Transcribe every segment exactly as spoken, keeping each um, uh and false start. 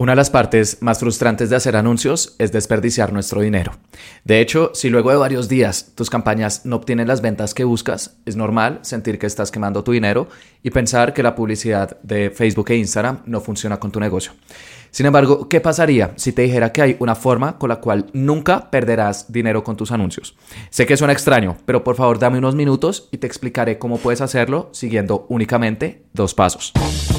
Una de las partes más frustrantes de hacer anuncios es desperdiciar nuestro dinero. De hecho, si luego de varios días tus campañas no obtienen las ventas que buscas, es normal sentir que estás quemando tu dinero y pensar que la publicidad de Facebook e Instagram no funciona con tu negocio. Sin embargo, ¿qué pasaría si te dijera que hay una forma con la cual nunca perderás dinero con tus anuncios? Sé que suena extraño, pero por favor dame unos minutos y te explicaré cómo puedes hacerlo siguiendo únicamente dos pasos.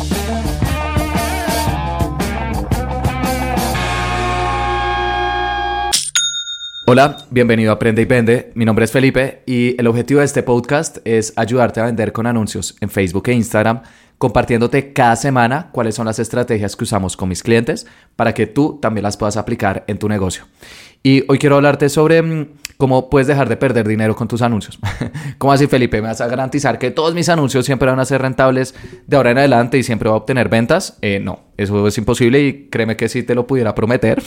Hola, bienvenido a Aprende y Vende. Mi nombre es Felipe y el objetivo de este podcast es ayudarte a vender con anuncios en Facebook e Instagram, compartiéndote cada semana cuáles son las estrategias que usamos con mis clientes para que tú también las puedas aplicar en tu negocio. Y hoy quiero hablarte sobre mmm, cómo puedes dejar de perder dinero con tus anuncios. ¿Cómo así, Felipe? ¿Me vas a garantizar que todos mis anuncios siempre van a ser rentables de ahora en adelante y siempre voy a obtener ventas? Eh, no, eso es imposible y créeme que si te lo pudiera prometer,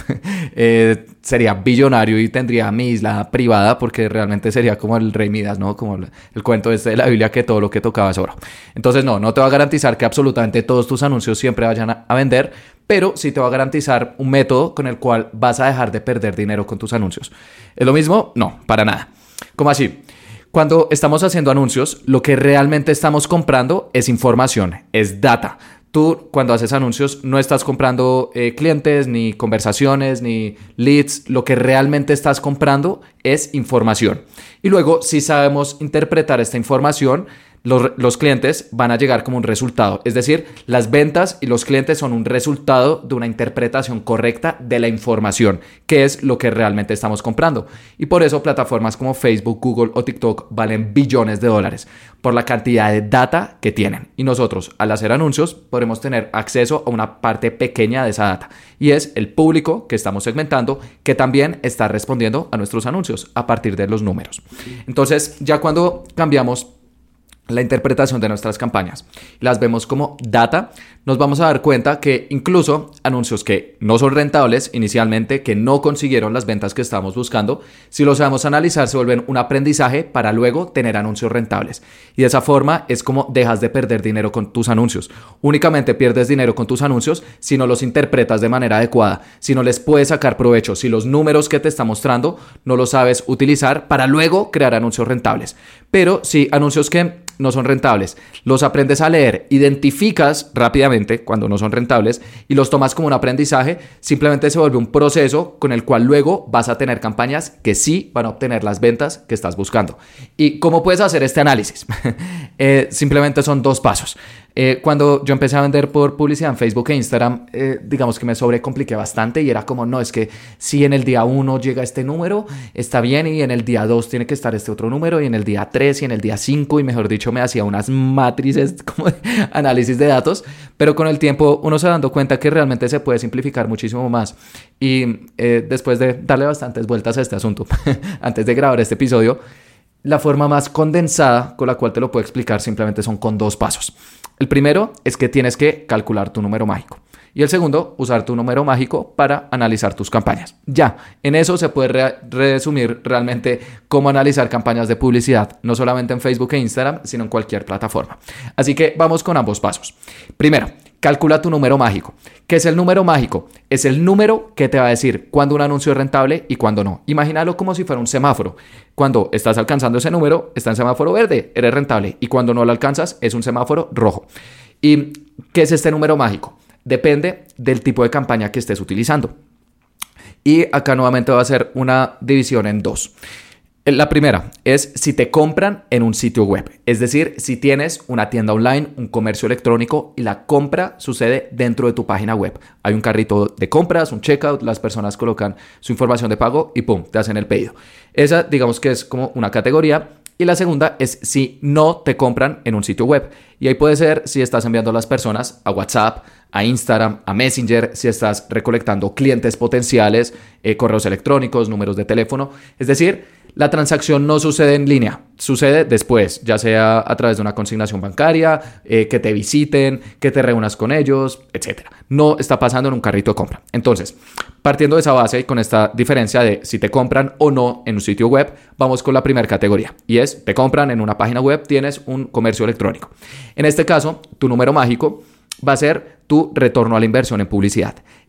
eh, sería billonario y tendría mi isla privada porque realmente sería como el rey Midas, ¿no? Como el, el cuento este de la Biblia que todo lo que tocaba es oro. Entonces no, no te va a garantizar que absolutamente todos tus anuncios siempre vayan a, a vender, pero sí te va a garantizar un método con el cual vas a dejar de perder dinero con tus anuncios. ¿Es lo mismo? No, para nada. ¿Cómo así? Cuando estamos haciendo anuncios, lo que realmente estamos comprando es información, es data. Tú, cuando haces anuncios, no estás comprando eh, clientes, ni conversaciones, ni leads. Lo que realmente estás comprando es información. Y luego, si sabemos interpretar esta información, Los, los clientes van a llegar como un resultado. Es decir, las ventas y los clientes son un resultado de una interpretación correcta de la información, que es lo que realmente estamos comprando. Y por eso plataformas como Facebook, Google o TikTok valen billones de dólares por la cantidad de data que tienen. Y nosotros, al hacer anuncios, podremos tener acceso a una parte pequeña de esa data. Y es el público que estamos segmentando, que también está respondiendo a nuestros anuncios a partir de los números. Entonces, ya cuando cambiamos la interpretación de nuestras campañas, las vemos como data, nos vamos a dar cuenta que incluso anuncios que no son rentables inicialmente, que no consiguieron las ventas que estábamos buscando, si los sabemos analizar se vuelven un aprendizaje para luego tener anuncios rentables. Y de esa forma es como dejas de perder dinero con tus anuncios. Únicamente pierdes dinero con tus anuncios si no los interpretas de manera adecuada, si no les puedes sacar provecho, si los números que te está mostrando no los sabes utilizar para luego crear anuncios rentables. Pero si anuncios que no son rentables, los aprendes a leer, identificas rápidamente cuando no son rentables y los tomas como un aprendizaje, simplemente se vuelve un proceso con el cual luego vas a tener campañas que sí van a obtener las ventas que estás buscando. ¿Y cómo puedes hacer este análisis? eh, simplemente son dos pasos. Eh, cuando yo empecé a vender por publicidad en Facebook e Instagram, eh, digamos que me sobrecompliqué bastante y era como, no, es que si en el día uno llega este número, está bien, y en el día dos tiene que estar este otro número, y en el día tres y en el día cinco, y mejor dicho, me hacía unas matrices como de análisis de datos, pero con el tiempo uno se va dando cuenta que realmente se puede simplificar muchísimo más. Y eh, después de darle bastantes vueltas a este asunto, antes de grabar este episodio, la forma más condensada con la cual te lo puedo explicar simplemente son con dos pasos. El primero es que tienes que calcular tu número mágico. Y el segundo, usar tu número mágico para analizar tus campañas. Ya, en eso se puede re- resumir realmente cómo analizar campañas de publicidad, no solamente en Facebook e Instagram, sino en cualquier plataforma. Así que vamos con ambos pasos. Primero, calcula tu número mágico. ¿Qué es el número mágico? Es el número que te va a decir cuándo un anuncio es rentable y cuándo no. Imagínalo como si fuera un semáforo. Cuando estás alcanzando ese número, está en semáforo verde, eres rentable. Y cuando no lo alcanzas, es un semáforo rojo. ¿Y qué es este número mágico? Depende del tipo de campaña que estés utilizando. Y acá nuevamente va a ser una división en dos. La primera es si te compran en un sitio web, es decir, si tienes una tienda online, un comercio electrónico y la compra sucede dentro de tu página web. Hay un carrito de compras, un checkout, las personas colocan su información de pago y pum, te hacen el pedido. Esa digamos que es como una categoría. Y la segunda es si no te compran en un sitio web. Y ahí puede ser si estás enviando a las personas a WhatsApp, a Instagram, a Messenger, si estás recolectando clientes potenciales, eh, correos electrónicos, números de teléfono. Es decir, la transacción no sucede en línea, sucede después, ya sea a través de una consignación bancaria, eh, que te visiten, que te reúnas con ellos, etcétera. No está pasando en un carrito de compra. Entonces, partiendo de esa base y con esta diferencia de si te compran o no en un sitio web, vamos con la primera categoría y es, te compran en una página web, tienes un comercio electrónico. En este caso, tu número mágico va a ser tu retorno a la inversión en publicidad.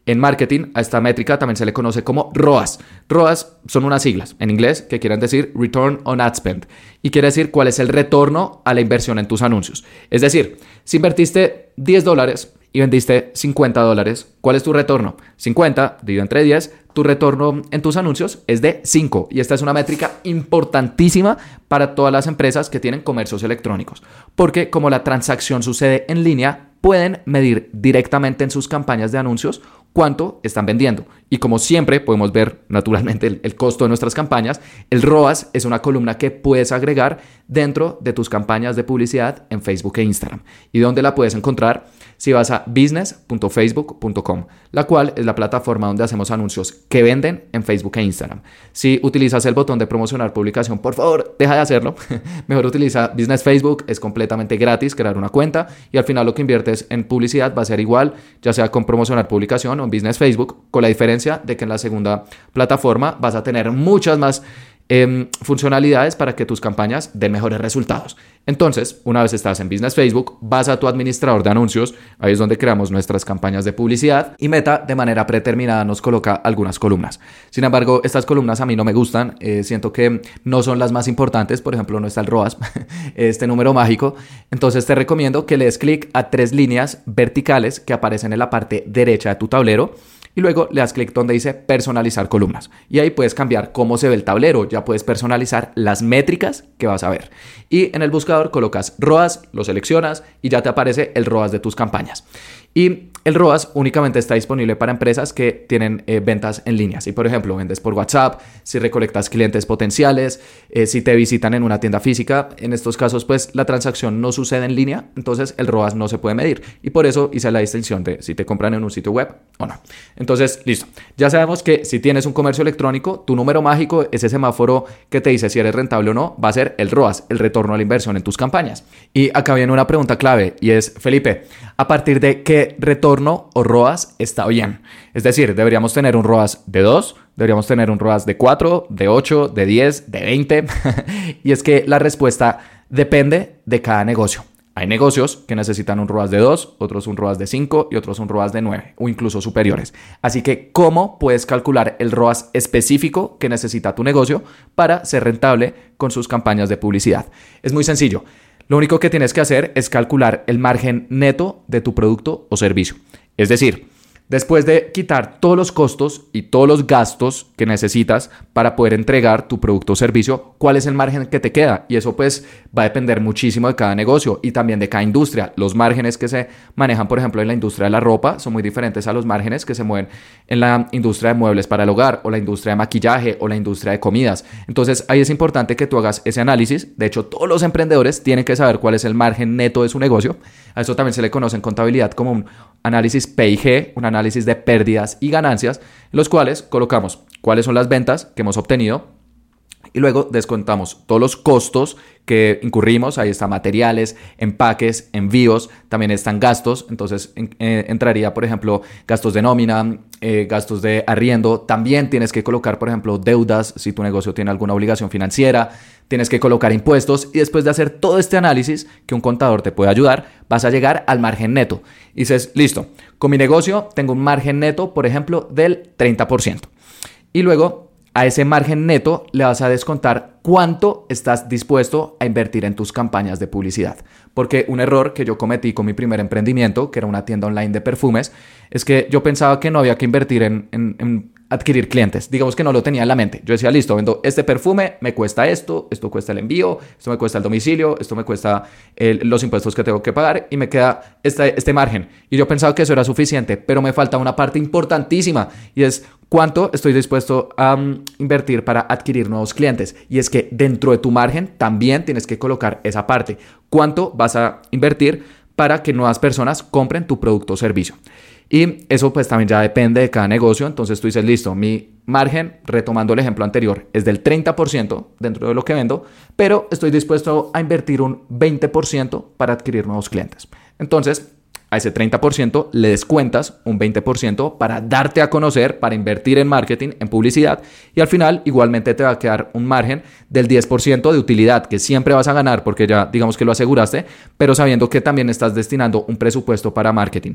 En marketing, a esta métrica también se le conoce como R O A S. R O A S son unas siglas en inglés que quieren decir Return on Ad Spend y quiere decir cuál es el retorno a la inversión en tus anuncios. Es decir, si invertiste diez dólares y vendiste cincuenta dólares, ¿cuál es tu retorno? cincuenta dividido entre diez, tu retorno en tus anuncios es de cinco. Y esta es una métrica importantísima para todas las empresas que tienen comercios electrónicos, porque como la transacción sucede en línea, pueden medir directamente en sus campañas de anuncios cuánto están vendiendo. Y como siempre podemos ver naturalmente el, el costo de nuestras campañas, el R O A S es una columna que puedes agregar dentro de tus campañas de publicidad en Facebook e Instagram. ¿Y dónde la puedes encontrar? Si vas a business punto facebook punto com, la cual es la plataforma donde hacemos anuncios que venden en Facebook e Instagram. Si utilizas el botón de promocionar publicación, por favor, deja de hacerlo. Mejor utiliza Business Facebook, es completamente gratis crear una cuenta y al final lo que inviertes en publicidad va a ser igual, ya sea con promocionar publicación o en Business Facebook, con la diferencia de que en la segunda plataforma vas a tener muchas más Eh, funcionalidades para que tus campañas den mejores resultados. Entonces, una vez estás en Business Facebook, vas a tu administrador de anuncios, ahí es donde creamos nuestras campañas de publicidad y Meta de manera predeterminada nos coloca algunas columnas. Sin embargo, estas columnas a mí no me gustan, eh, siento que no son las más importantes, por ejemplo, no está el R O A S, este número mágico, entonces te recomiendo que le des clic a tres líneas verticales que aparecen en la parte derecha de tu tablero y luego le das clic donde dice personalizar columnas y ahí puedes cambiar cómo se ve el tablero, ya puedes personalizar las métricas que vas a ver y en el buscador colocas R O A S, lo seleccionas y ya te aparece el R O A S de tus campañas. Y el R O A S únicamente está disponible para empresas que tienen eh, ventas en línea. Si por ejemplo vendes por WhatsApp, si recolectas clientes potenciales, eh, si te visitan en una tienda física, en estos casos pues la transacción no sucede en línea, entonces el R O A S no se puede medir y por eso hice la distinción de si te compran en un sitio web o no. Entonces, listo. Ya sabemos que si tienes un comercio electrónico, tu número mágico, ese semáforo que te dice si eres rentable o no, va a ser el R O A S, el retorno a la inversión en tus campañas. Y acá viene una pregunta clave y es, Felipe, ¿a partir de qué retorno o R O A S está bien? Es decir, ¿deberíamos tener un R O A S de dos? ¿Deberíamos tener un R O A S de cuatro, de ocho, de diez, de veinte? Y es que la respuesta depende de cada negocio. Hay negocios que necesitan un R O A S de dos, otros un R O A S de cinco y otros un R O A S de nueve o incluso superiores. Así que, ¿cómo puedes calcular el R O A S específico que necesita tu negocio para ser rentable con sus campañas de publicidad? Es muy sencillo. Lo único que tienes que hacer es calcular el margen neto de tu producto o servicio. Es decir, después de quitar todos los costos y todos los gastos que necesitas para poder entregar tu producto o servicio, ¿cuál es el margen que te queda? Y eso pues va a depender muchísimo de cada negocio y también de cada industria. Los márgenes que se manejan, por ejemplo, en la industria de la ropa son muy diferentes a los márgenes que se mueven en la industria de muebles para el hogar o la industria de maquillaje o la industria de comidas. Entonces ahí es importante que tú hagas ese análisis. De hecho, todos los emprendedores tienen que saber cuál es el margen neto de su negocio. A eso también se le conoce en contabilidad como un análisis P y G, un análisis de pérdidas y ganancias, en los cuales colocamos cuáles son las ventas que hemos obtenido y luego descontamos todos los costos que incurrimos. Ahí están materiales, empaques, envíos, también están gastos. Entonces en, eh, entraría, por ejemplo, gastos de nómina, eh, gastos de arriendo. También tienes que colocar, por ejemplo, deudas si tu negocio tiene alguna obligación financiera. Tienes que colocar impuestos y después de hacer todo este análisis que un contador te puede ayudar, vas a llegar al margen neto. Y dices, listo, con mi negocio tengo un margen neto, por ejemplo, del treinta por ciento. Y luego a ese margen neto le vas a descontar cuánto estás dispuesto a invertir en tus campañas de publicidad. Porque un error que yo cometí con mi primer emprendimiento, que era una tienda online de perfumes, es que yo pensaba que no había que invertir en, en, en adquirir clientes. Digamos que no lo tenía en la mente. Yo decía, listo, vendo este perfume, me cuesta esto, esto cuesta el envío, esto me cuesta el domicilio, esto me cuesta el, los impuestos que tengo que pagar y me queda este, este margen. Y yo pensaba que eso era suficiente, pero me falta una parte importantísima y es cuánto estoy dispuesto a um, invertir para adquirir nuevos clientes. Y es que dentro de tu margen también tienes que colocar esa parte. ¿Cuánto vas a invertir para que nuevas personas compren tu producto o servicio? Y eso pues también ya depende de cada negocio. Entonces tú dices, listo, mi margen, retomando el ejemplo anterior, es del treinta por ciento dentro de lo que vendo, pero estoy dispuesto a invertir un veinte por ciento para adquirir nuevos clientes. Entonces, a ese treinta por ciento le descuentas un veinte por ciento para darte a conocer, para invertir en marketing, en publicidad, y al final igualmente te va a quedar un margen del diez por ciento de utilidad que siempre vas a ganar porque ya digamos que lo aseguraste, pero sabiendo que también estás destinando un presupuesto para marketing.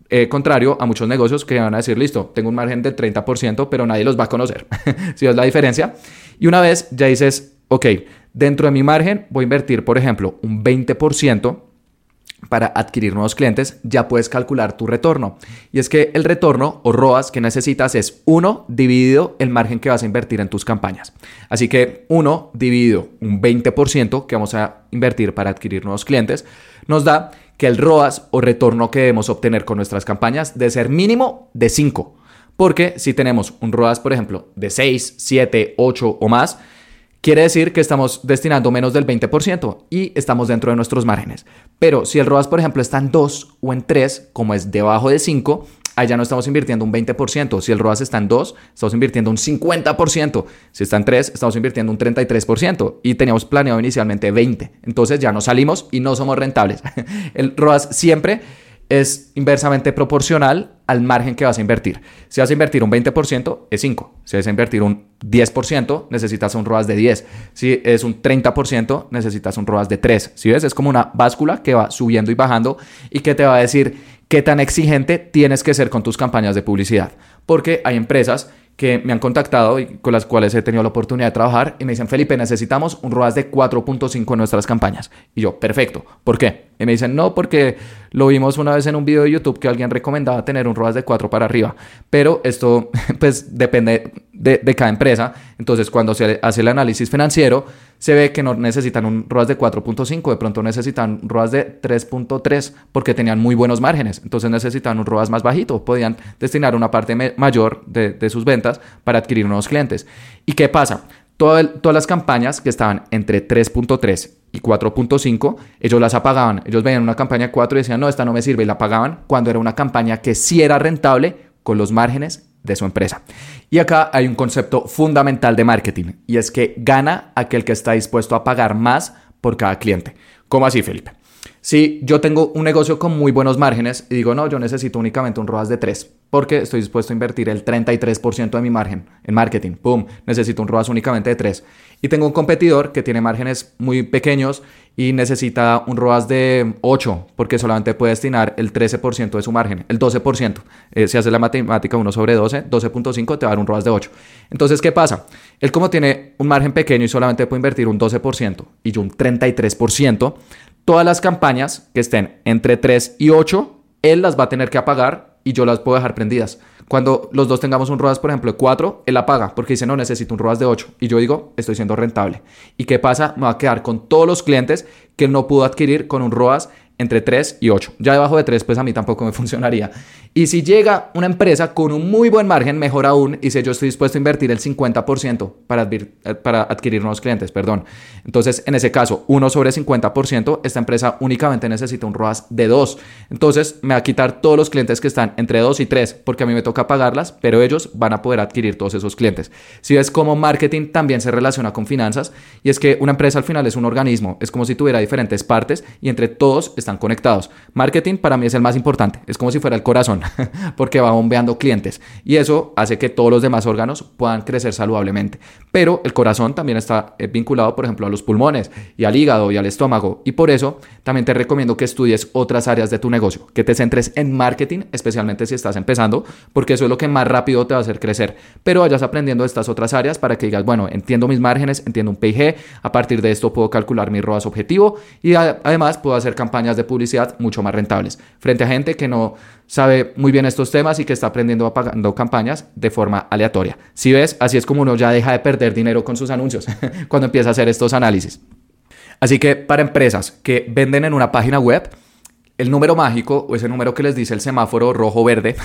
Eh, contrario a muchos negocios que van a decir, listo, tengo un margen del treinta por ciento, pero nadie los va a conocer. ¿Sí ves la diferencia? Y una vez ya dices, ok, dentro de mi margen voy a invertir, por ejemplo, un veinte por ciento para adquirir nuevos clientes, ya puedes calcular tu retorno. Y es que el retorno o R O A S que necesitas es uno dividido el margen que vas a invertir en tus campañas. Así que uno dividido un veinte por ciento que vamos a invertir para adquirir nuevos clientes, nos da que el R O A S o retorno que debemos obtener con nuestras campañas debe ser mínimo de cinco. Porque si tenemos un R O A S, por ejemplo, de seis, siete, ocho o más, quiere decir que estamos destinando menos del veinte por ciento y estamos dentro de nuestros márgenes. Pero si el R O A S, por ejemplo, está en dos o en tres, como es debajo de cinco, ahí ya no estamos invirtiendo un veinte por ciento. Si el R O A S está en dos, estamos invirtiendo un cincuenta por ciento. Si está en tres, estamos invirtiendo un treinta y tres por ciento. Y teníamos planeado inicialmente veinte por ciento. Entonces ya nos salimos y no somos rentables. El R O A S siempre es inversamente proporcional al margen que vas a invertir. Si vas a invertir un veinte por ciento, es cinco. Si vas a invertir un diez por ciento, necesitas un R O A S de diez. Si es un treinta por ciento, necesitas un R O A S de tres. ¿Sí ves? Es como una báscula que va subiendo y bajando y que te va a decir qué tan exigente tienes que ser con tus campañas de publicidad. Porque hay empresas que me han contactado y con las cuales he tenido la oportunidad de trabajar y me dicen, Felipe, necesitamos un R O A S de cuatro punto cinco en nuestras campañas. Y yo, perfecto. ¿Por qué? Y me dicen, no, porque lo vimos una vez en un video de YouTube que alguien recomendaba tener un R O A S de cuatro para arriba. Pero esto, pues, depende de, de cada empresa. Entonces, cuando se hace el análisis financiero, se ve que no necesitan un R O A S de cuatro punto cinco. De pronto necesitan un R O A S de tres punto tres porque tenían muy buenos márgenes. Entonces, necesitan un R O A S más bajito. Podían destinar una parte me- mayor de, de sus ventas para adquirir nuevos clientes. ¿Y qué pasa? Todo el, todas las campañas que estaban entre tres punto tres y cuatro punto cinco, ellos las apagaban. Ellos veían una campaña cuatro y decían, no, esta no me sirve, y la apagaban cuando era una campaña que sí era rentable con los márgenes de su empresa. Y acá hay un concepto fundamental de marketing, y es que gana aquel que está dispuesto a pagar más por cada cliente. ¿Cómo así, Felipe? Si yo tengo un negocio con muy buenos márgenes y digo, no, yo necesito únicamente un R O A S de tres porque estoy dispuesto a invertir el treinta y tres por ciento de mi margen en marketing. ¡Pum! Necesito un R O A S únicamente de tres. Y tengo un competidor que tiene márgenes muy pequeños y necesita un R O A S de ocho porque solamente puede destinar el trece por ciento de su margen, el doce por ciento. Eh, si haces la matemática uno sobre doce, doce punto cinco te va a dar un R O A S de ocho. Entonces, ¿qué pasa? Él como tiene un margen pequeño y solamente puede invertir un doce por ciento y yo un treinta y tres por ciento, todas las campañas que estén entre tres y ocho, él las va a tener que apagar y yo las puedo dejar prendidas. Cuando los dos tengamos un R O A S, por ejemplo, de cuatro, él apaga porque dice, no, necesito un R O A S de ocho. Y yo digo, estoy siendo rentable. ¿Y qué pasa? Me va a quedar con todos los clientes que él no pudo adquirir con un R O A S entre tres y ocho. Ya debajo de tres, pues a mí tampoco me funcionaría. Y si llega una empresa con un muy buen margen, mejor aún, y si yo estoy dispuesto a invertir el cincuenta por ciento para, advir- para adquirir nuevos clientes, perdón. Entonces, en ese caso, uno sobre cincuenta por ciento, esta empresa únicamente necesita un R O A S de dos. Entonces, me va a quitar todos los clientes que están entre dos y tres, porque a mí me toca pagarlas, pero ellos van a poder adquirir todos esos clientes. Si ves cómo marketing también se relaciona con finanzas, y es que una empresa al final es un organismo, es como si tuviera diferentes partes y entre todos están conectados. Marketing para mí es el más importante, es como si fuera el corazón, porque va bombeando clientes y eso hace que todos los demás órganos puedan crecer saludablemente. Pero el corazón también está vinculado, por ejemplo, a los pulmones y al hígado y al estómago, y por eso también te recomiendo que estudies otras áreas de tu negocio, que te centres en marketing, especialmente si estás empezando, porque eso es lo que más rápido te va a hacer crecer, pero vayas aprendiendo estas otras áreas para que digas, bueno, entiendo mis márgenes, entiendo un P I G, a partir de esto puedo calcular mi R O A S objetivo y a- además puedo hacer campañas de publicidad mucho más rentables frente a gente que no sabe muy bien estos temas y que está aprendiendo a pagando campañas de forma aleatoria. Si ves, así es como uno ya deja de perder dinero con sus anuncios cuando empieza a hacer estos análisis. Así que para empresas que venden en una página web, el número mágico o ese número que les dice el semáforo rojo-verde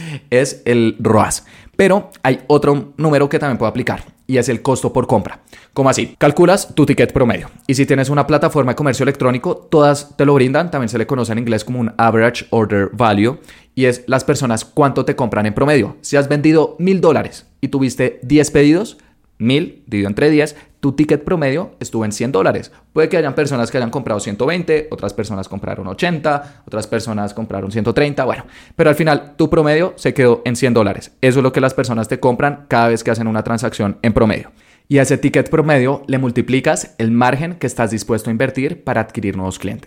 es el R O A S. Pero hay otro número que también puede aplicar y es el costo por compra. ¿Cómo así? Calculas tu ticket promedio. Y si tienes una plataforma de comercio electrónico, todas te lo brindan. También se le conoce en inglés como un average order value. Y es las personas cuánto te compran en promedio. Si has vendido mil dólares y tuviste diez pedidos, mil dividido entre diez, tu ticket promedio estuvo en cien dólares. Puede que hayan personas que hayan comprado ciento veinte, otras personas compraron ochenta, otras personas compraron ciento treinta, bueno, pero al final tu promedio se quedó en cien dólares. Eso es lo que las personas te compran cada vez que hacen una transacción en promedio. Y a ese ticket promedio le multiplicas el margen que estás dispuesto a invertir para adquirir nuevos clientes.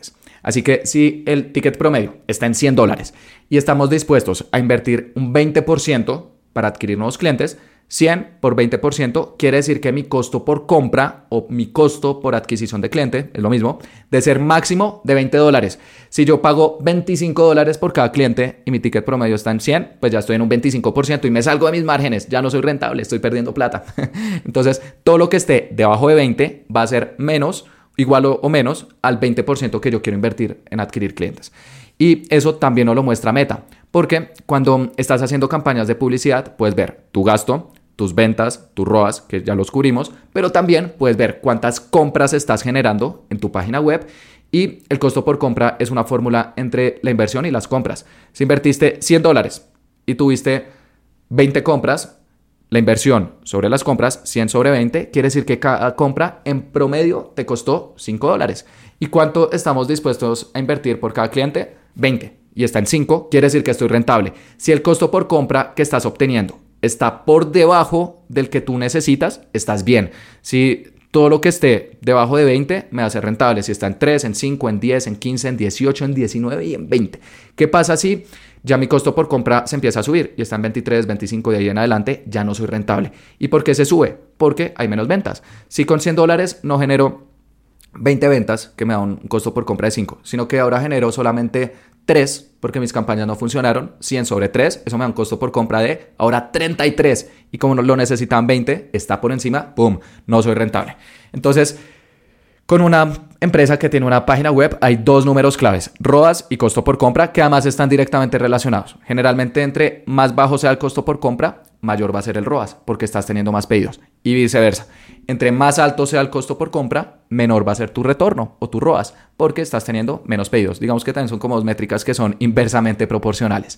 Así que si el ticket promedio está en cien dólares y estamos dispuestos a invertir un veinte por ciento para adquirir nuevos clientes, cien por veinte por ciento quiere decir que mi costo por compra o mi costo por adquisición de cliente, es lo mismo, de ser máximo de veinte dólares. Si yo pago veinticinco dólares por cada cliente y mi ticket promedio está en cien, pues ya estoy en un veinticinco por ciento y me salgo de mis márgenes, ya no soy rentable, estoy perdiendo plata. Entonces, todo lo que esté debajo de veinte va a ser menos, igual o, o menos al veinte por ciento que yo quiero invertir en adquirir clientes. Y eso también nos lo muestra Meta, porque cuando estás haciendo campañas de publicidad puedes ver tu gasto, tus ventas, tus R O A S, que ya los cubrimos, pero también puedes ver cuántas compras estás generando en tu página web y el costo por compra es una fórmula entre la inversión y las compras. Si invertiste cien dólares y tuviste veinte compras, la inversión sobre las compras, cien sobre veinte, quiere decir que cada compra en promedio te costó cinco dólares. ¿Y cuánto estamos dispuestos a invertir por cada cliente? veinte. Y está en cinco, quiere decir que estoy rentable. Si el costo por compra que estás obteniendo está por debajo del que tú necesitas, estás bien. Si todo lo que esté debajo de veinte me hace rentable, si está en tres, en cinco, en diez, en quince, en dieciocho, en diecinueve y en veinte. ¿Qué pasa si ya mi costo por compra se empieza a subir y está en veintitrés, veinticinco de ahí en adelante? Ya no soy rentable. ¿Y por qué se sube? Porque hay menos ventas. Si con cien dólares no genero veinte ventas, que me da un costo por compra de cinco, sino que ahora genero solamente tres porque mis campañas no funcionaron, cien sobre tres, eso me da un costo por compra de ahora treinta y tres, y como lo necesitan veinte, está por encima, ¡pum!, no soy rentable. Entonces, con una empresa que tiene una página web hay dos números claves, R O A S y costo por compra, que además están directamente relacionados. Generalmente entre más bajo sea el costo por compra, mayor va a ser el R O A S porque estás teniendo más pedidos y viceversa. Entre más alto sea el costo por compra, menor va a ser tu retorno o tu R O A S porque estás teniendo menos pedidos. Digamos que también son como dos métricas que son inversamente proporcionales.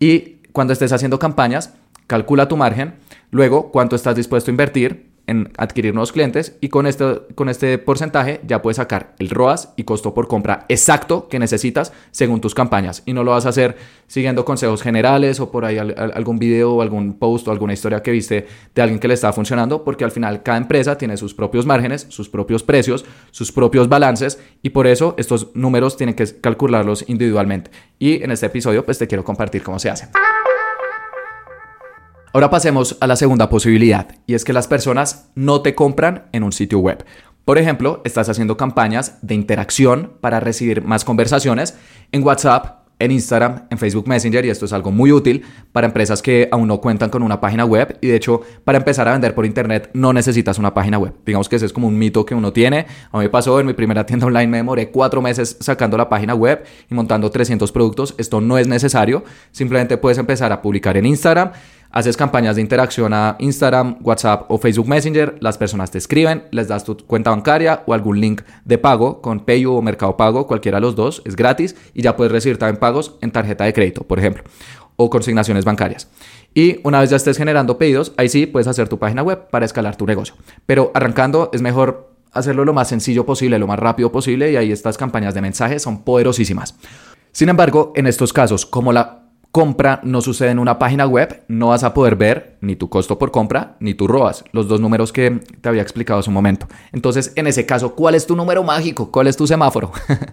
Y cuando estés haciendo campañas, calcula tu margen, luego cuánto estás dispuesto a invertir en adquirir nuevos clientes y con este, con este porcentaje ya puedes sacar el R O A S y costo por compra exacto que necesitas según tus campañas, y no lo vas a hacer siguiendo consejos generales o por ahí al, al, algún video o algún post o alguna historia que viste de alguien que le está funcionando, porque al final cada empresa tiene sus propios márgenes, sus propios precios, sus propios balances, y por eso estos números tienen que calcularlos individualmente. Y en este episodio pues te quiero compartir cómo se hace. Ahora pasemos a la segunda posibilidad, y es que las personas no te compran en un sitio web. Por ejemplo, estás haciendo campañas de interacción para recibir más conversaciones en WhatsApp, en Instagram, en Facebook Messenger, y esto es algo muy útil para empresas que aún no cuentan con una página web, y de hecho para empezar a vender por internet no necesitas una página web. Digamos que ese es como un mito que uno tiene. A mí me pasó en mi primera tienda online, me demoré cuatro meses sacando la página web y montando trescientos productos. Esto no es necesario, simplemente puedes empezar a publicar en Instagram. Haces campañas de interacción a Instagram, WhatsApp o Facebook Messenger, las personas te escriben, les das tu cuenta bancaria o algún link de pago con Payu o Mercado Pago, cualquiera de los dos, es gratis, y ya puedes recibir también pagos en tarjeta de crédito, por ejemplo, o consignaciones bancarias. Y una vez ya estés generando pedidos, ahí sí puedes hacer tu página web para escalar tu negocio. Pero arrancando es mejor hacerlo lo más sencillo posible, lo más rápido posible, y ahí estas campañas de mensajes son poderosísimas. Sin embargo, en estos casos, como la compra no sucede en una página web, no vas a poder ver ni tu costo por compra ni tu R O A S, los dos números que te había explicado hace un momento. Entonces, en ese caso, ¿cuál es tu número mágico? ¿Cuál es tu semáforo?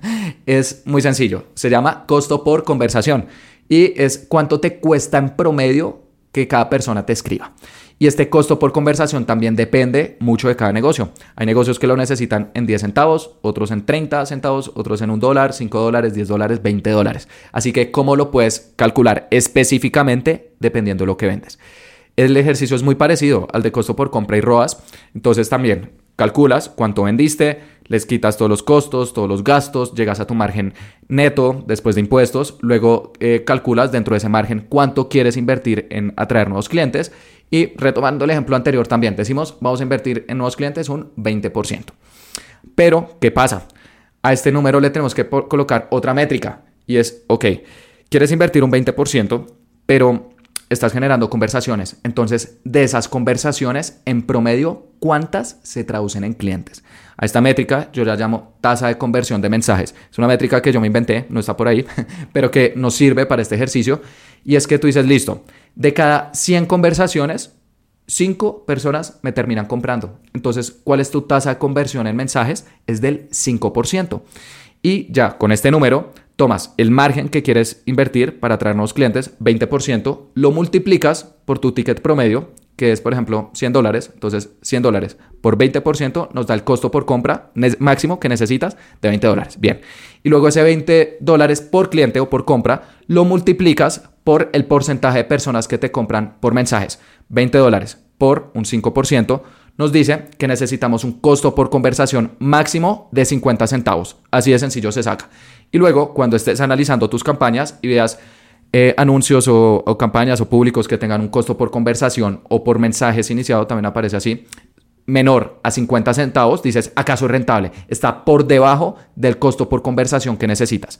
Es muy sencillo, se llama costo por conversación y es cuánto te cuesta en promedio que cada persona te escriba. Y este costo por conversación también depende mucho de cada negocio. Hay negocios que lo necesitan en diez centavos, otros en treinta centavos, otros en un dólar, cinco dólares, diez dólares, veinte dólares. Así que, ¿cómo lo puedes calcular específicamente dependiendo de lo que vendes? El ejercicio es muy parecido al de costo por compra y R O A S. Entonces también calculas cuánto vendiste, les quitas todos los costos, todos los gastos, llegas a tu margen neto después de impuestos, luego eh, calculas dentro de ese margen cuánto quieres invertir en atraer nuevos clientes. Y retomando el ejemplo anterior también, decimos, vamos a invertir en nuevos clientes un veinte por ciento. Pero, ¿qué pasa? A este número le tenemos que po- colocar otra métrica y es, ok, quieres invertir un veinte por ciento, pero estás generando conversaciones. Entonces, de esas conversaciones, en promedio, ¿cuántas se traducen en clientes? A esta métrica yo la llamo tasa de conversión de mensajes. Es una métrica que yo me inventé, no está por ahí, pero que nos sirve para este ejercicio. Y es que tú dices, listo, de cada cien conversaciones, cinco personas me terminan comprando. Entonces, ¿cuál es tu tasa de conversión en mensajes? Es del cinco por ciento. Y ya con este número tomas el margen que quieres invertir para atraer nuevos clientes, veinte por ciento, lo multiplicas por tu ticket promedio, que es, por ejemplo, cien dólares. Entonces, cien dólares por veinte por ciento nos da el costo por compra máximo que necesitas de veinte dólares. Bien. Y luego ese veinte dólares por cliente o por compra lo multiplicas por el porcentaje de personas que te compran por mensajes. veinte dólares por un cinco por ciento nos dice que necesitamos un costo por conversación máximo de cincuenta centavos. Así de sencillo se saca. Y luego, cuando estés analizando tus campañas y veas eh, anuncios o, o campañas o públicos que tengan un costo por conversación o por mensajes iniciado, también aparece así, menor a cincuenta centavos, dices, ¿acaso es rentable? Está por debajo del costo por conversación que necesitas.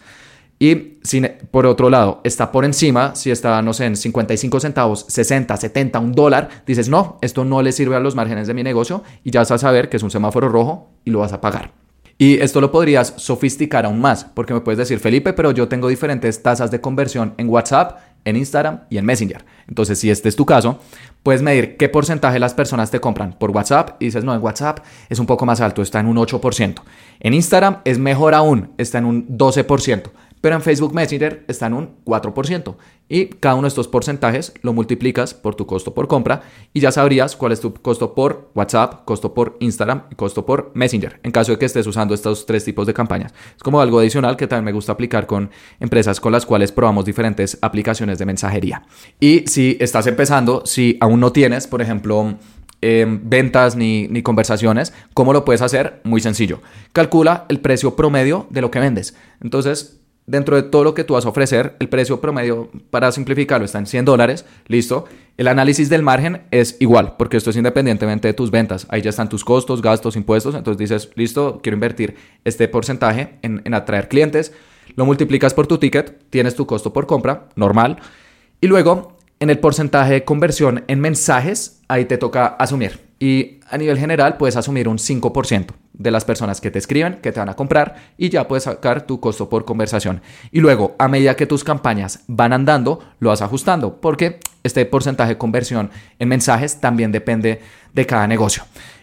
Y si, por otro lado, está por encima, si está, no sé, en cincuenta y cinco centavos, sesenta, setenta, un dólar, dices, no, esto no le sirve a los márgenes de mi negocio y ya vas a saber que es un semáforo rojo y lo vas a pagar. Y esto lo podrías sofisticar aún más, porque me puedes decir, Felipe, pero yo tengo diferentes tasas de conversión en WhatsApp, en Instagram y en Messenger. Entonces, si este es tu caso, puedes medir qué porcentaje las personas te compran por WhatsApp y dices, no, en WhatsApp es un poco más alto, está en un ocho por ciento. En Instagram es mejor aún, está en un doce por ciento. Pero en Facebook Messenger está en un cuatro por ciento. Y cada uno de estos porcentajes lo multiplicas por tu costo por compra y ya sabrías cuál es tu costo por WhatsApp, costo por Instagram y costo por Messenger, en caso de que estés usando estos tres tipos de campañas. Es como algo adicional que también me gusta aplicar con empresas con las cuales probamos diferentes aplicaciones de mensajería. Y si estás empezando, si aún no tienes, por ejemplo, Eh, ventas ni, ni conversaciones, ¿cómo lo puedes hacer? Muy sencillo. Calcula el precio promedio de lo que vendes. Entonces, dentro de todo lo que tú vas a ofrecer, el precio promedio, para simplificarlo, está en cien dólares. Listo. El análisis del margen es igual, porque esto es independientemente de tus ventas. Ahí ya están tus costos, gastos, impuestos. Entonces dices, listo, quiero invertir este porcentaje en, en atraer clientes. Lo multiplicas por tu ticket, tienes tu costo por compra, normal. Y luego, en el porcentaje de conversión en mensajes, ahí te toca asumir. Y a nivel general puedes asumir un cinco por ciento de las personas que te escriben, que te van a comprar, y ya puedes sacar tu costo por conversación. Y luego, a medida que tus campañas van andando, lo vas ajustando, porque este porcentaje de conversión en mensajes también depende de cada negocio.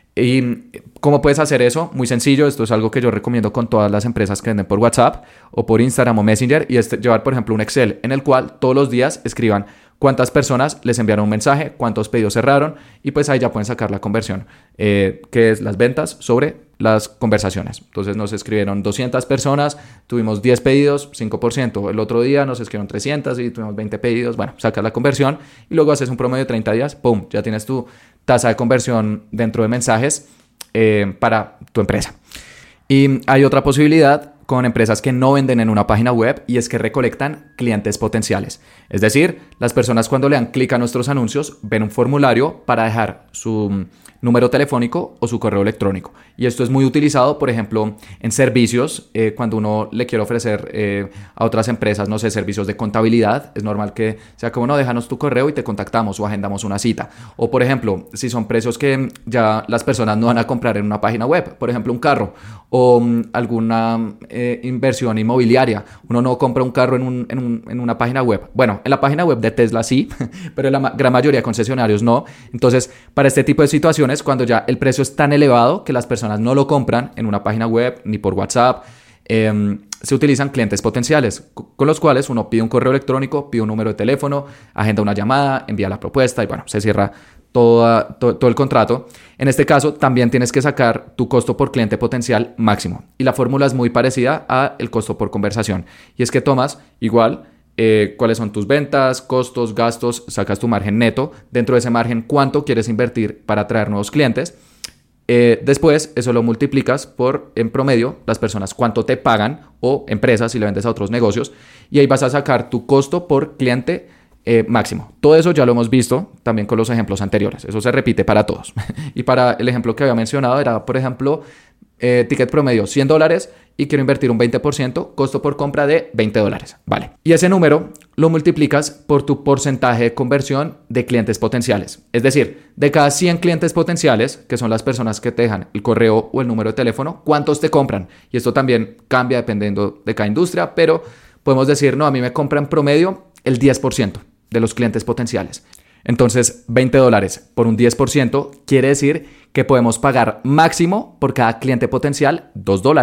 ¿Y cómo puedes hacer eso? Muy sencillo. Esto es algo que yo recomiendo con todas las empresas que venden por WhatsApp o por Instagram o Messenger, y es llevar, por ejemplo, un Excel en el cual todos los días escriban cuántas personas les enviaron un mensaje, cuántos pedidos cerraron, y pues ahí ya pueden sacar la conversión, eh, que es las ventas sobre las conversaciones. Entonces nos escribieron doscientas personas, tuvimos diez pedidos, cinco por ciento. El otro día nos escribieron trescientas y tuvimos veinte pedidos. Bueno, sacas la conversión y luego haces un promedio de treinta días, ¡pum! Ya tienes tu tasa de conversión dentro de mensajes eh, para tu empresa. Y hay otra posibilidad con empresas que no venden en una página web, y es que recolectan clientes potenciales. Es decir, las personas cuando le dan clic a nuestros anuncios ven un formulario para dejar su número telefónico o su correo electrónico. Y esto es muy utilizado, por ejemplo, en servicios, eh, cuando uno le quiere ofrecer eh, a otras empresas, no sé, servicios de contabilidad. Es normal que sea como, no, déjanos tu correo y te contactamos o agendamos una cita. O, por ejemplo, si son precios que ya las personas no van a comprar en una página web, por ejemplo, un carro o um, alguna eh, inversión inmobiliaria. Uno no compra un carro en, un, en, un, en una página web. Bueno, en la página web de Tesla sí, pero en la ma- gran mayoría de concesionarios no. Entonces, para este tipo de situaciones, cuando ya el precio es tan elevado que las personas no lo compran en una página web ni por WhatsApp, eh, se utilizan clientes potenciales con los cuales uno pide un correo electrónico, pide un número de teléfono, agenda una llamada, envía la propuesta y bueno, se cierra toda, to, todo el contrato. En este caso también tienes que sacar tu costo por cliente potencial máximo, y la fórmula es muy parecida al costo por conversación, y es que tomas igual Eh, cuáles son tus ventas, costos, gastos, sacas tu margen neto, dentro de ese margen cuánto quieres invertir para atraer nuevos clientes, eh, después eso lo multiplicas por, en promedio, las personas cuánto te pagan, o empresas si le vendes a otros negocios, y ahí vas a sacar tu costo por cliente eh, máximo. Todo eso ya lo hemos visto también con los ejemplos anteriores, eso se repite para todos. Y para el ejemplo que había mencionado era, por ejemplo, eh, ticket promedio cien dólares y quiero invertir un veinte por ciento, costo por compra de veinte dólares. Vale. Y ese número lo multiplicas por tu porcentaje de conversión de clientes potenciales. Es decir, de cada cien clientes potenciales, que son las personas que te dejan el correo o el número de teléfono, ¿cuántos te compran? Y esto también cambia dependiendo de cada industria, pero podemos decir, no, a mí me compra en promedio el diez por ciento de los clientes potenciales. Entonces, veinte dólares por un diez por ciento quiere decir que podemos pagar máximo por cada cliente potencial dos dólares.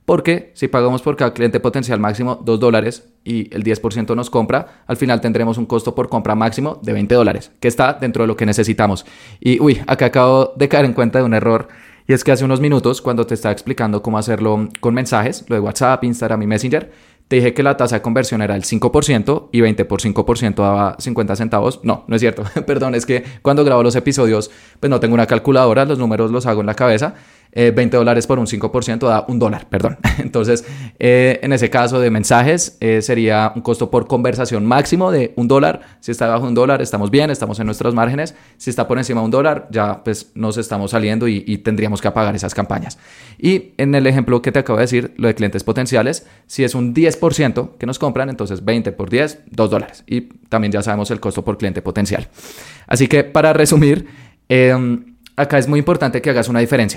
Porque si pagamos por cada cliente potencial máximo dos dólares y el diez por ciento nos compra, al final tendremos un costo por compra máximo de veinte dólares, que está dentro de lo que necesitamos. Y uy, acá acabo de caer en cuenta de un error. Y es que hace unos minutos, cuando te estaba explicando cómo hacerlo con mensajes, lo de WhatsApp, Instagram y Messenger, te dije que la tasa de conversión era el cinco por ciento y veinte por cinco por ciento daba cincuenta centavos. No, no es cierto. Perdón, es que cuando grabo los episodios, pues no tengo una calculadora, los números los hago en la cabeza. Eh, veinte dólares por un cinco por ciento da un dólar, perdón. Entonces, eh, en ese caso de mensajes, eh, sería un costo por conversación máximo de un dólar. Si está bajo un dólar, estamos bien, estamos en nuestros márgenes. Si está por encima de un dólar, ya pues nos estamos saliendo y, y tendríamos que apagar esas campañas. Y en el ejemplo que te acabo de decir, lo de clientes potenciales, si es un diez por ciento que nos compran, entonces veinte por diez, dos dólares. Y también ya sabemos el costo por cliente potencial. Así que para resumir, eh, acá es muy importante que hagas una diferencia.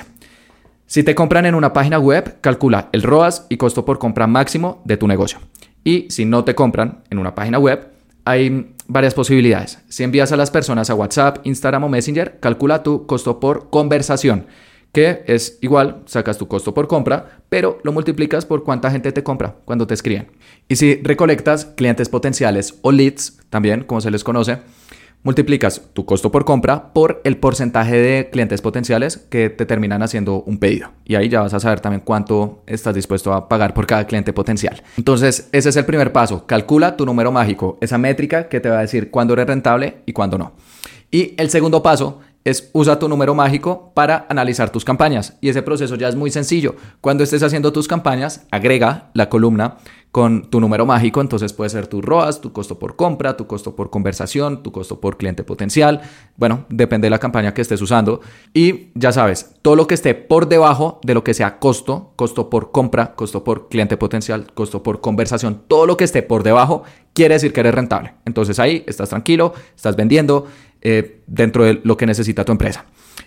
Si te compran en una página web, calcula el R O A S y costo por compra máximo de tu negocio. Y si no te compran en una página web, hay varias posibilidades. Si envías a las personas a WhatsApp, Instagram o Messenger, calcula tu costo por conversación, que es igual, sacas tu costo por compra, pero lo multiplicas por cuánta gente te compra cuando te escriben. Y si recolectas clientes potenciales o leads, también como se les conoce, multiplicas tu costo por compra por el porcentaje de clientes potenciales que te terminan haciendo un pedido. Y ahí ya vas a saber también cuánto estás dispuesto a pagar por cada cliente potencial. Entonces, ese es el primer paso. Calcula tu número mágico, esa métrica que te va a decir cuándo eres rentable y cuándo no. Y el segundo paso es usa tu número mágico para analizar tus campañas. Y ese proceso ya es muy sencillo. Cuando estés haciendo tus campañas, agrega la columna con tu número mágico. Entonces puede ser tu R O A S, tu costo por compra, tu costo por conversación, tu costo por cliente potencial. Bueno, depende de la campaña que estés usando. Y ya sabes, todo lo que esté por debajo de lo que sea costo, costo por compra, costo por cliente potencial, costo por conversación, todo lo que esté por debajo quiere decir que eres rentable. Entonces ahí estás tranquilo, estás vendiendo eh, dentro de lo que necesita tu empresa.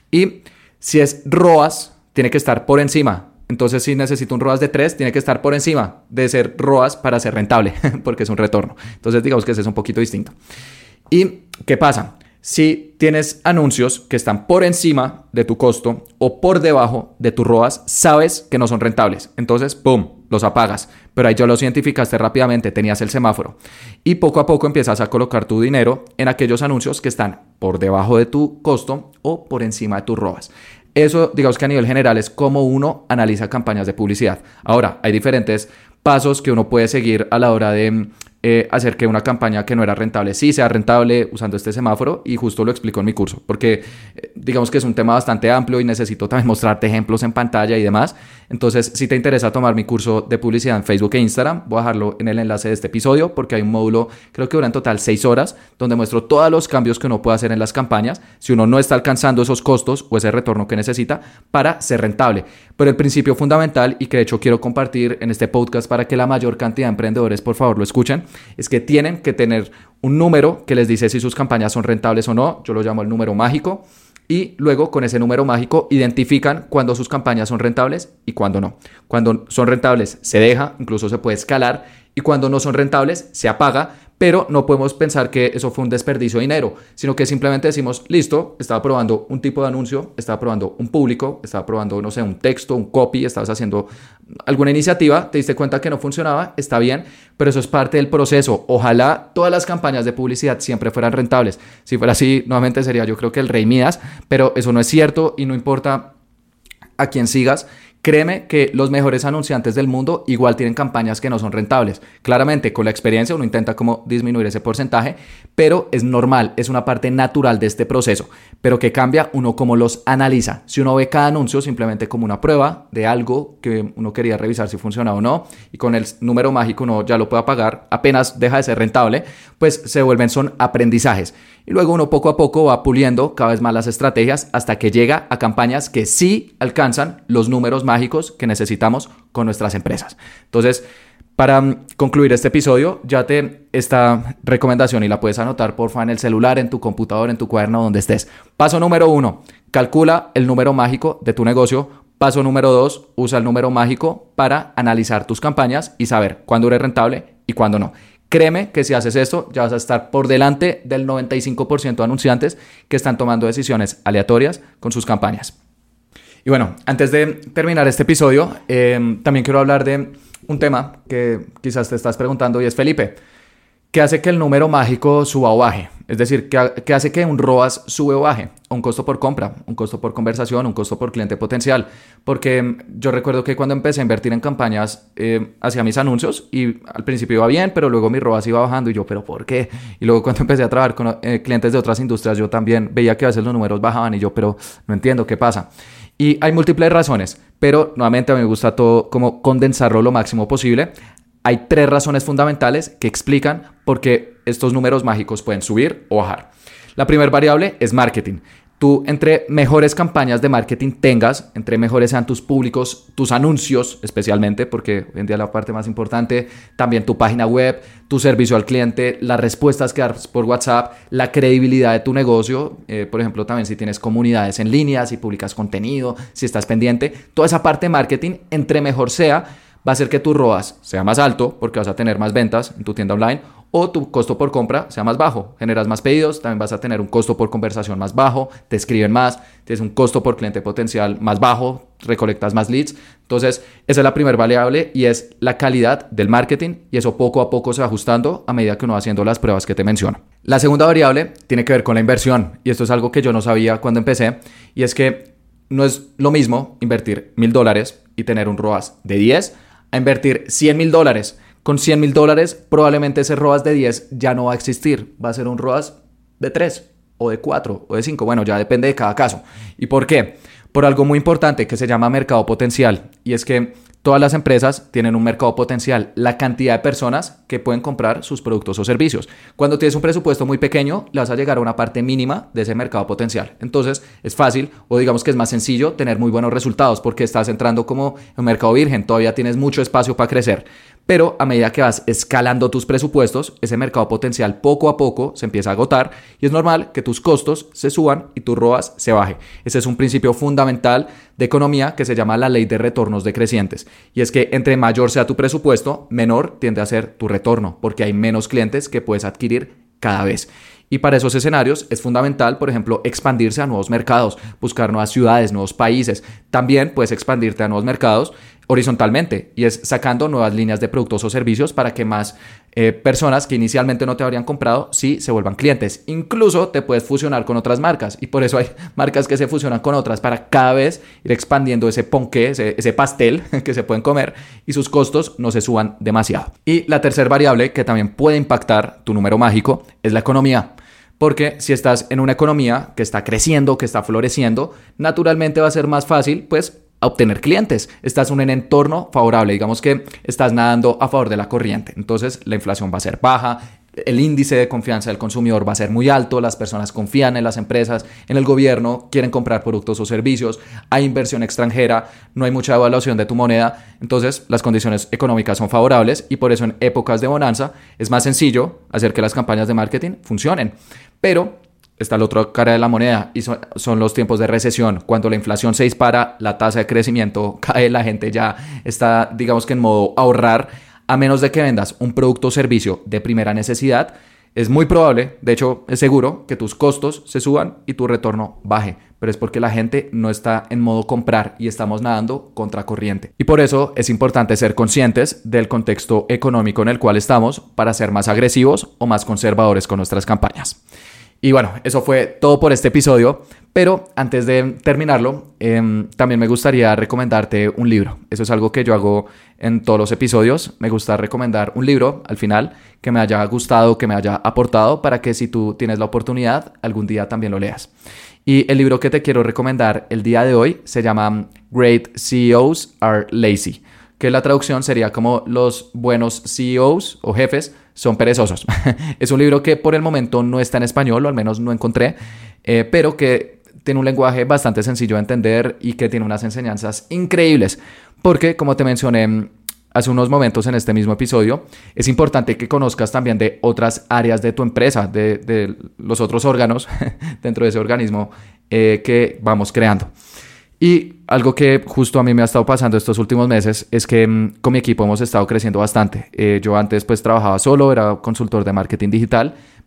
Y si es R O A S, tiene que estar por encima. Entonces, si necesito un R O A S de tres, tiene que estar por encima de ser R O A S para ser rentable, porque es un retorno. Entonces, digamos que ese es un poquito distinto. ¿Y qué pasa? Si tienes anuncios que están por encima de tu costo o por debajo de tu R O A S, sabes que no son rentables. Entonces, ¡pum!, los apagas. Pero ahí ya los identificaste rápidamente, tenías el semáforo. Y poco a poco empiezas a colocar tu dinero en aquellos anuncios que están por debajo de tu costo o por encima de tu R O A S. Eso, digamos que a nivel general, es como uno analiza campañas de publicidad. Ahora, hay diferentes pasos que uno puede seguir a la hora de eh, hacer que una campaña que no era rentable sí sea rentable usando este semáforo, y justo lo explico en mi curso, porque eh, digamos que es un tema bastante amplio y necesito también mostrarte ejemplos en pantalla y demás. Entonces, si te interesa tomar mi curso de publicidad en Facebook e Instagram, voy a dejarlo en el enlace de este episodio, porque hay un módulo, creo que dura en total seis horas, donde muestro todos los cambios que uno puede hacer en las campañas si uno no está alcanzando esos costos o ese retorno que necesita para ser rentable. Pero el principio fundamental, y que de hecho quiero compartir en este podcast para que la mayor cantidad de emprendedores por favor lo escuchen, es que tienen que tener un número que les dice si sus campañas son rentables o no. Yo lo llamo el número mágico. Y luego con ese número mágico identifican cuando sus campañas son rentables y cuando no. Cuando son rentables se deja, incluso se puede escalar, y cuando no son rentables se apaga. Pero no podemos pensar que eso fue un desperdicio de dinero, sino que simplemente decimos, listo, estaba probando un tipo de anuncio, estaba probando un público, estaba probando, no sé, un texto, un copy, estabas haciendo alguna iniciativa, te diste cuenta que no funcionaba, está bien, pero eso es parte del proceso. Ojalá todas las campañas de publicidad siempre fueran rentables. Si fuera así, nuevamente sería yo creo que el rey Midas, pero eso no es cierto, y no importa a quién sigas. Créeme que los mejores anunciantes del mundo igual tienen campañas que no son rentables. Claramente, con la experiencia uno intenta como disminuir ese porcentaje, pero es normal, es una parte natural de este proceso. Pero que cambia uno cómo los analiza. Si uno ve cada anuncio simplemente como una prueba de algo que uno quería revisar si funciona o no, y con el número mágico uno ya lo puede apagar, apenas deja de ser rentable, pues se vuelven son aprendizajes. Y luego uno poco a poco va puliendo cada vez más las estrategias hasta que llega a campañas que sí alcanzan los números mágicos que necesitamos con nuestras empresas. Entonces, para um, concluir este episodio, ya te esta recomendación y la puedes anotar porfa en el celular, en tu computador, en tu cuaderno, donde estés. Paso número uno, calcula el número mágico de tu negocio. Paso número dos, usa el número mágico para analizar tus campañas y saber cuándo eres rentable y cuándo no. Créeme que si haces esto, ya vas a estar por delante del noventa y cinco por ciento de anunciantes que están tomando decisiones aleatorias con sus campañas. Y bueno, antes de terminar este episodio, eh, también quiero hablar de un tema que quizás te estás preguntando y es, Felipe, ¿qué hace que el número mágico suba o baje? Es decir, ¿qué, qué hace que un R O A S sube o baje? Un costo por compra, un costo por conversación, un costo por cliente potencial. Porque yo recuerdo que cuando empecé a invertir en campañas, eh, hacía mis anuncios y al principio iba bien, pero luego mi R O A S iba bajando y yo, ¿pero por qué? Y luego cuando empecé a trabajar con eh, clientes de otras industrias, yo también veía que a veces los números bajaban y yo, pero no entiendo qué pasa. Y hay múltiples razones, pero nuevamente a mí me gusta todo como condensarlo lo máximo posible. Hay tres razones fundamentales que explican por qué estos números mágicos pueden subir o bajar. La primera variable es marketing. Tú, entre mejores campañas de marketing tengas, entre mejores sean tus públicos, tus anuncios especialmente, porque hoy en día la parte más importante, también tu página web, tu servicio al cliente, las respuestas que das por WhatsApp, la credibilidad de tu negocio, eh, por ejemplo, también si tienes comunidades en línea, si publicas contenido, si estás pendiente, toda esa parte de marketing, entre mejor sea, va a hacer que tu R O A S sea más alto porque vas a tener más ventas en tu tienda online, o tu costo por compra sea más bajo. Generas más pedidos, también vas a tener un costo por conversación más bajo, te escriben más, tienes un costo por cliente potencial más bajo, recolectas más leads. Entonces, esa es la primera variable y es la calidad del marketing, y eso poco a poco se va ajustando a medida que uno va haciendo las pruebas que te menciono. La segunda variable tiene que ver con la inversión, y esto es algo que yo no sabía cuando empecé, y es que no es lo mismo invertir mil dólares y tener un R O A S de diez a invertir cien mil dólares. Con cien mil dólares, probablemente ese R O A S de diez ya no va a existir. Va a ser un R O A S de tres, o de cuatro, o de cinco. Bueno, ya depende de cada caso. ¿Y por qué? Por algo muy importante que se llama mercado potencial. Y es que todas las empresas tienen un mercado potencial, la cantidad de personas que pueden comprar sus productos o servicios. Cuando tienes un presupuesto muy pequeño, le vas a llegar a una parte mínima de ese mercado potencial. Entonces, es fácil, o digamos que es más sencillo, tener muy buenos resultados porque estás entrando como en un mercado virgen, todavía tienes mucho espacio para crecer. Pero a medida que vas escalando tus presupuestos, ese mercado potencial poco a poco se empieza a agotar y es normal que tus costos se suban y tu R O A S se baje. Ese es un principio fundamental de economía que se llama la ley de retornos decrecientes. Y es que entre mayor sea tu presupuesto, menor tiende a ser tu retorno, porque hay menos clientes que puedes adquirir cada vez. Y para esos escenarios es fundamental, por ejemplo, expandirse a nuevos mercados, buscar nuevas ciudades, nuevos países. También puedes expandirte a nuevos mercados horizontalmente, y es sacando nuevas líneas de productos o servicios para que más eh, personas que inicialmente no te habrían comprado sí se vuelvan clientes. Incluso te puedes fusionar con otras marcas, y por eso hay marcas que se fusionan con otras para cada vez ir expandiendo ese ponqué, ese, ese pastel que se pueden comer y sus costos no se suban demasiado. Y la tercera variable que también puede impactar tu número mágico es la economía. Porque si estás en una economía que está creciendo, que está floreciendo, naturalmente va a ser más fácil, pues, obtener clientes. Estás en un entorno favorable, digamos que estás nadando a favor de la corriente. Entonces, la inflación va a ser baja, el índice de confianza del consumidor va a ser muy alto, las personas confían en las empresas, en el gobierno, quieren comprar productos o servicios, hay inversión extranjera, no hay mucha devaluación de tu moneda. Entonces, las condiciones económicas son favorables y por eso en épocas de bonanza es más sencillo hacer que las campañas de marketing funcionen. Pero está la otra cara de la moneda y son, son los tiempos de recesión. Cuando la inflación se dispara, la tasa de crecimiento cae, la gente ya está, digamos que en modo ahorrar. A menos de que vendas un producto o servicio de primera necesidad, es muy probable, de hecho es seguro, que tus costos se suban y tu retorno baje. Pero es porque la gente no está en modo comprar y estamos nadando contra corriente. Y por eso es importante ser conscientes del contexto económico en el cual estamos para ser más agresivos o más conservadores con nuestras campañas. Y bueno, eso fue todo por este episodio, pero antes de terminarlo, eh, también me gustaría recomendarte un libro. Eso es algo que yo hago en todos los episodios. Me gusta recomendar un libro al final que me haya gustado, que me haya aportado, para que si tú tienes la oportunidad, algún día también lo leas. Y el libro que te quiero recomendar el día de hoy se llama Great C E Os Are Lazy, que la traducción sería como los buenos C E Os o jefes son perezosos. Es un libro que por el momento no está en español, o al menos no encontré, eh, pero que tiene un lenguaje bastante sencillo de entender y que tiene unas enseñanzas increíbles. Porque, como te mencioné hace unos momentos en este mismo episodio, es importante que conozcas también de otras áreas de tu empresa, de, de los otros órganos dentro de ese organismo eh, que vamos creando. Y algo que justo a mí me ha estado pasando estos últimos meses es que mmm, con mi equipo hemos estado creciendo bastante. Eh, yo antes pues trabajaba solo, era consultor de marketing digital,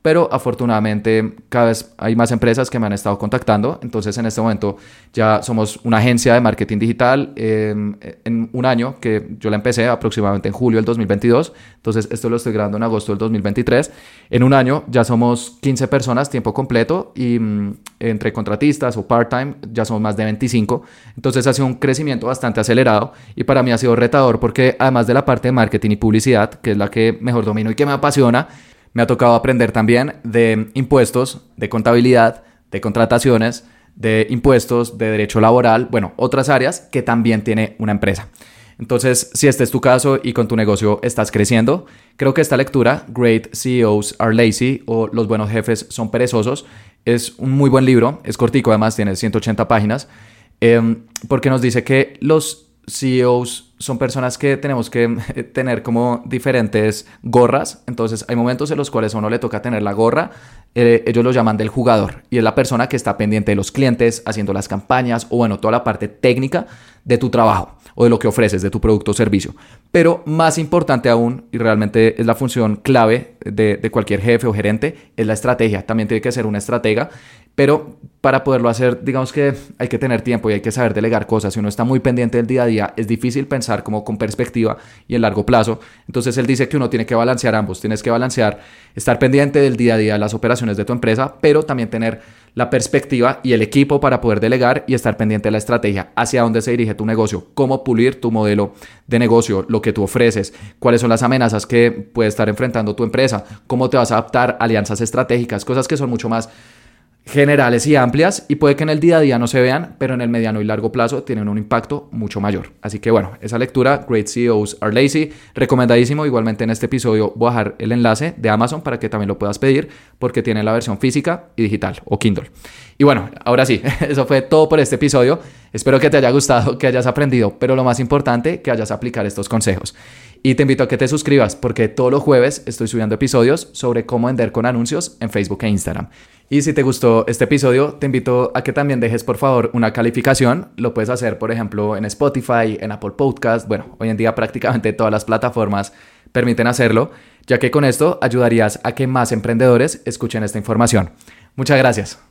pero afortunadamente cada vez hay más empresas que me han estado contactando. Entonces en este momento ya somos una agencia de marketing digital eh, en un año que yo la empecé aproximadamente en julio del dos mil veintidós. Entonces esto lo estoy grabando en agosto del dos mil veintitrés. En un año ya somos quince personas tiempo completo y mmm, entre contratistas o part-time ya somos más de veinticinco. Entonces ha sido un crecimiento bastante acelerado y para mí ha sido retador porque además de la parte de marketing y publicidad, que es la que mejor domino y que me apasiona, me ha tocado aprender también de impuestos, de contabilidad, de contrataciones, de impuestos, de derecho laboral, bueno, otras áreas que también tiene una empresa. Entonces, si este es tu caso y con tu negocio estás creciendo, creo que esta lectura, Great C E Os Are Lazy o Los buenos jefes son perezosos, es un muy buen libro, es cortico además, tiene ciento ochenta páginas, eh, porque nos dice que los C E Os son personas que tenemos que tener como diferentes gorras. Entonces hay momentos en los cuales a uno le toca tener la gorra, eh, ellos lo llaman del jugador, y es la persona que está pendiente de los clientes, haciendo las campañas o bueno, toda la parte técnica de tu trabajo o de lo que ofreces, de tu producto o servicio. Pero más importante aún, y realmente es la función clave de, de cualquier jefe o gerente, es la estrategia. También tiene que ser una estratega, pero para poderlo hacer, digamos que hay que tener tiempo y hay que saber delegar cosas. Si uno está muy pendiente del día a día, es difícil pensar como con perspectiva y en largo plazo. Entonces él dice que uno tiene que balancear ambos. Tienes que balancear, estar pendiente del día a día, las operaciones de tu empresa, pero también tener la perspectiva y el equipo para poder delegar y estar pendiente de la estrategia, hacia dónde se dirige tu negocio, cómo pulir tu modelo de negocio, lo que tú ofreces, cuáles son las amenazas que puede estar enfrentando tu empresa, cómo te vas a adaptar a alianzas estratégicas, cosas que son mucho más generales y amplias y puede que en el día a día no se vean, pero en el mediano y largo plazo tienen un impacto mucho mayor. Así que bueno, esa lectura, Great C E Os Are Lazy, recomendadísimo. Igualmente en este episodio voy a dejar el enlace de Amazon para que también lo puedas pedir porque tiene la versión física y digital o Kindle. Y bueno, ahora sí, eso fue todo por este episodio. Espero que te haya gustado, que hayas aprendido, pero lo más importante, que hayas aplicado estos consejos. Y te invito a que te suscribas porque todos los jueves estoy subiendo episodios sobre cómo vender con anuncios en Facebook e Instagram. Y si te gustó este episodio, te invito a que también dejes por favor una calificación. Lo puedes hacer, por ejemplo, en Spotify, en Apple Podcast. Bueno, hoy en día prácticamente todas las plataformas permiten hacerlo, ya que con esto ayudarías a que más emprendedores escuchen esta información. Muchas gracias.